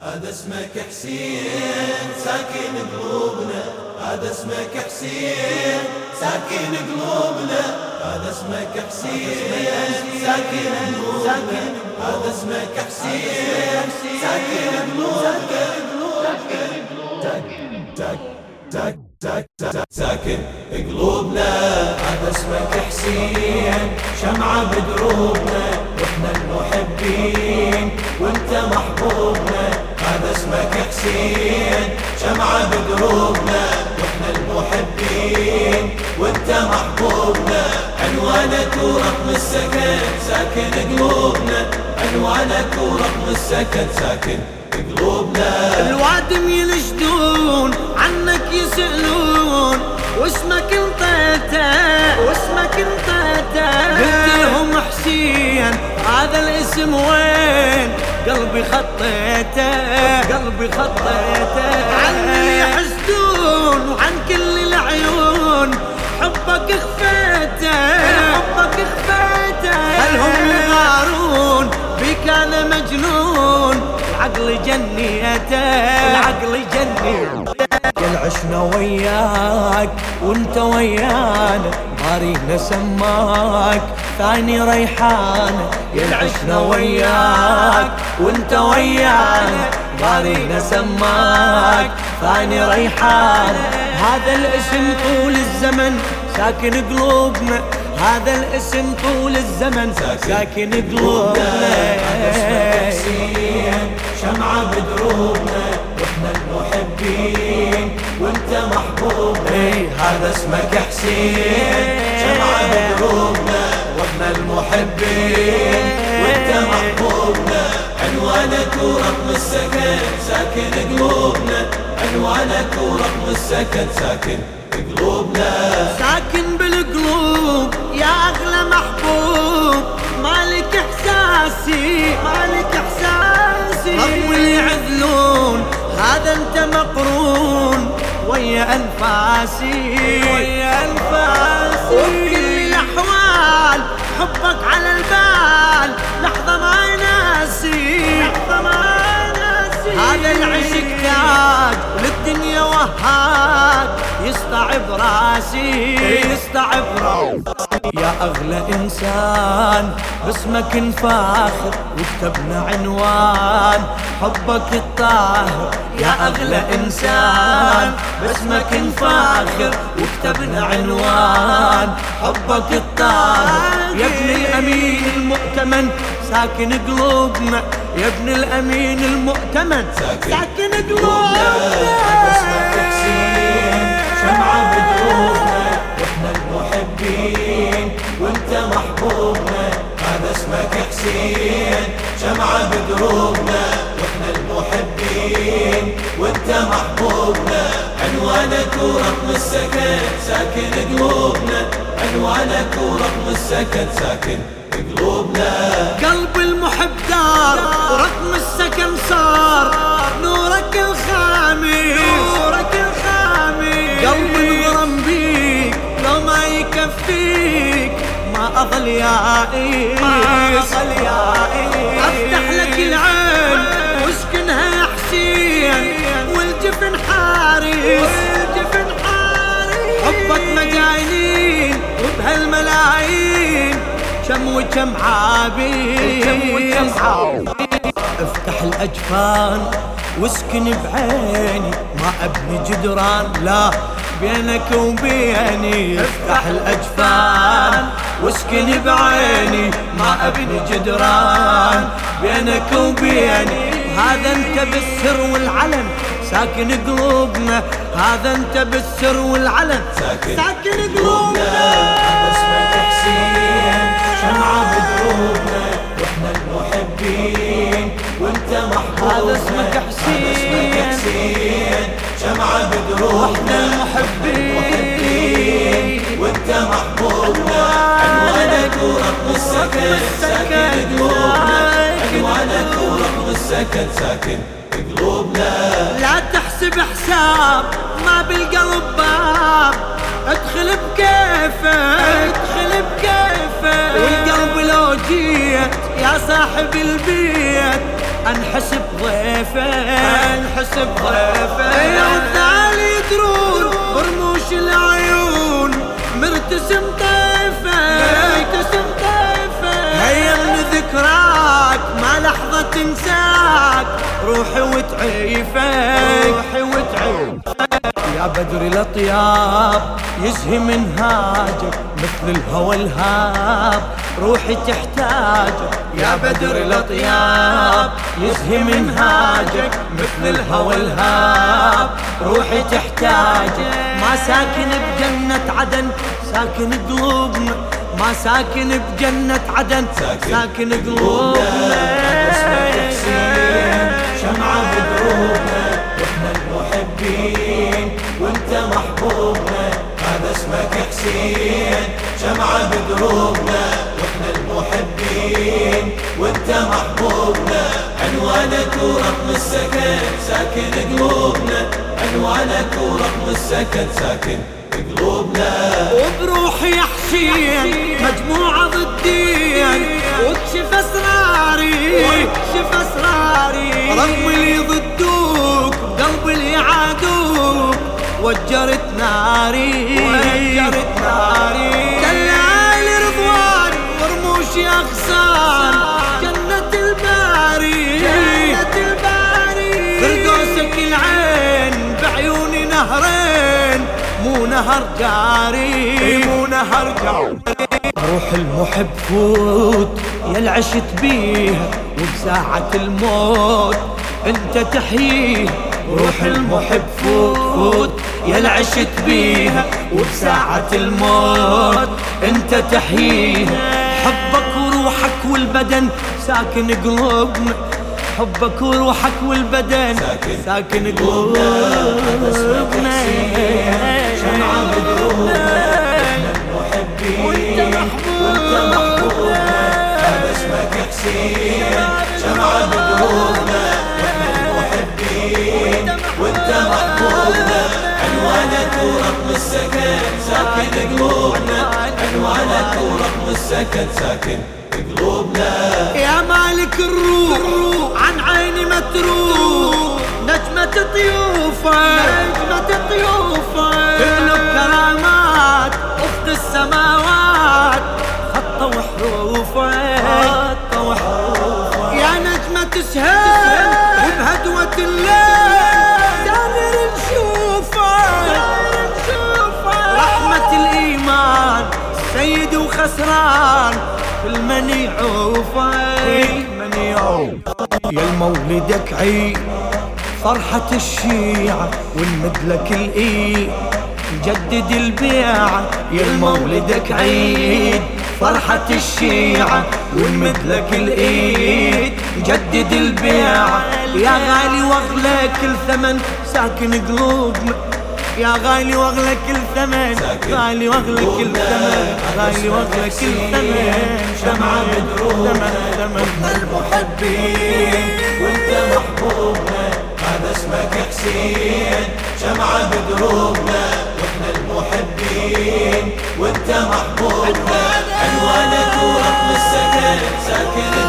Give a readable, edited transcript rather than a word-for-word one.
هذا اسمك حسين ساكن قلوبنا، هذا اسمك حسين ساكن قلوبنا، هذا اسمك حسين ساكن قلوبنا، هذا اسمك حسين ساكن قلوبنا، ساكن قلوبنا. هذا اسمك حسين شمعة بدروبنا، واحنا المحبين وانت محبوبنا. هذا اسمك حسين شمعة بدروبنا، واحنا المحبين وانت محبوبنا. عنوانك ورقم السكن ساكن قلوبنا، عنوانك ورقم السكن ساكن قلوبنا. الوادم ينشدون عنك يسألون، واسمك انطيته واسمك انطيته. قلت لهم حسين هذا الاسم وين؟ قلبي خطيته قلبي خطيته. عني يحسدون وعن كل العيون حبك اخفيته حبك اخفيته. خلهم يغارون بك انا مجنون، العقل جنيته العقل جنيته. العشنا وياك وانت ويانا، بارينا سماك ثاني ريحانه. العشنا وياك وانت ويانا، بارينا سماك ثاني ريحانه. هذا الاسم طول الزمن ساكن قلوبنا، هذا الاسم طول الزمن ساكن قلوبنا. هذا اسمك حسين شمعة بدروبنا، واحنا المحبين وانت محبوبنا. هذا اسمك حسين شمعة بدروبنا، واحنا المحبين وانت محبوبنا. عنوانك ورقم السكن ساكن قلوبنا، عنوانك ورقم السكن ساكن قلوبنا. ساكن بالقلوب يا اغلى محبوب، مالك احساسي مالك احساسي. رغم اللي يعذلون هذا انت مقرون ويا انفاسي ويا انفاسي. وفي كل الاحوال حبك على البال، لحظه ما ناسي لحظه ما ناسي. هذا العشق تاج للدنيا وهاج، يستعب راسي يستعب راسي. يا أغلى إنسان باسمك نفاخر، وكتبنا عنوان حبك الطاهر. يا أغلى إنسان باسمك نفاخر، وكتبنا عنوان حبك الطاهر. يا ابن الأمين المؤتمن ساكن قلوبنا، يا ابن الأمين المؤتمن ساكن قلوبنا. هذا اسمك حسين شمعة بدروبنا، واحنا المحبين وانت محبوبنا. هذا اسمك حسين شمعة بدروبنا، واحنا المحبين وانت محبوبنا. عنوانك ورقم السكن ساكن قلوبنا، عنوانك ورقم السكن ساكن قلوبنا. قلب المحب دار ورقم السكن صار، نورك الخامس نورك الخامس. قلب انغرم بيك لو ما يكفيك، ما اظل يائس ما اظل يائس. افتح لك العين واسكنها يا حسين، والجفن حارس والجفن حارس. حبك مجانين وبهالملايين، كم وكم عابين. افتح الاجفان واسكن بعيني، ما ابني جدران لا بينك وبيني. افتح الاجفان واسكن بعيني، ما ابني جدران بينك وبيني. هذا انت بالسر والعلن ساكن قلوبنا، هذا انت بالسر والعلن ساكن قلوبنا. هذا اسمك حسين شمعة بدروبنا، واحنا المحبين وانت محبوبنا. هذا اسمك حسين شمعة بدروبنا، واحنا المحبين وانت محبوبنا. عنوانك ورقم السكن ساكن قلوبنا، عنوانك ورقم السكن ساكن قلوبنا. لا تحسب حساب ما بالقلب باب، ادخل بكيفه ادخل بكيفه. والقلب لو جيت يا صاحب البيت انحسب ضيفه انحسب ضيفه العذال يدرون برموش العيون مرتسم طيفه مرتسم طيفه هيا من ذكراك ما لحظة تنساك روحي وتعيفك روحي وتعيفك يا بدر الأطياب يزهي منهاجك مثل الهوى الهاب روحي تحتاجك يا بدر الأطياب يزهي منهاجك مثل الهوى الهاب روحي تحتاجك ما ساكن بجنة عدن ساكن قلوبنا ما ساكن بجنة عدن ساكن قلوبنا شمعة بدروبنا واحنا المحبين وانت محبوبنا هذا اسمك حسين شمعة بدروبنا واحنا المحبين وانت محبوبنا عنوانك ورقم السكن ساكن قلوبنا عنوانك ورقم السكن ساكن قلوبنا وبروحي يا حسين مجموعة ضدين واكشف اسراري واكشف اسراري رغم اللي ضدوك قلبي اللي يعادوك وجرت ناري وجرت ناري دلالي رضوان ورموشي اغصان جنة الباري جنة الباري فردوسك العين بعيوني نهرين مو نهر جاري مو نهر جاري روح المحب فوت يا عشت بيها وبساعة الموت انت تحييها روح المحب فوت يا عشت بيها وبساعة الموت انت تحييها حبك وروحك والبدن ساكن قلوبنا حبك وروحك والبدن ساكن قلوبنا شمعة بدروبنا احنا المحبين وانت محبوبنا هذا اسمك حسين شمعة بدروبنا احنا المحبين وانت محبوبنا عنوانك ورقم السكن ساكن قلوبنا عنوانك ورقم السكن ساكن قلوبنا يا مالك الروح عن عيني ما تروح نجمة ضيوفك نجمة ضيوفك تملك كرامات أفق السماوات خطة وحروفك خطة وحروفك يا نجمة تسهل وبهدوة الليل سامر نشوفك رحمة الإيمان سيد وخسران المن يعوفك من يعوفك يا المولدك عيد فرحة الشيعة ونمدلك الإيد جدد البيعة يا المولدك عيد فرحة الشيعة ونمدلك الإيد جدد البيعة يا غالي واغلى كل ثمن ساكن قلوبنا يا غالي واغلى كل ثمن غالي واغلى كل ثمن غالي واغلى كل ثمن شمعة بدروبنا واحنا المحبين وانت محبوبنا هذا اسمك حسين شمعة بدروبنا واحنا المحبين وانت محبوبنا عنوانك ورقم السكن ساكن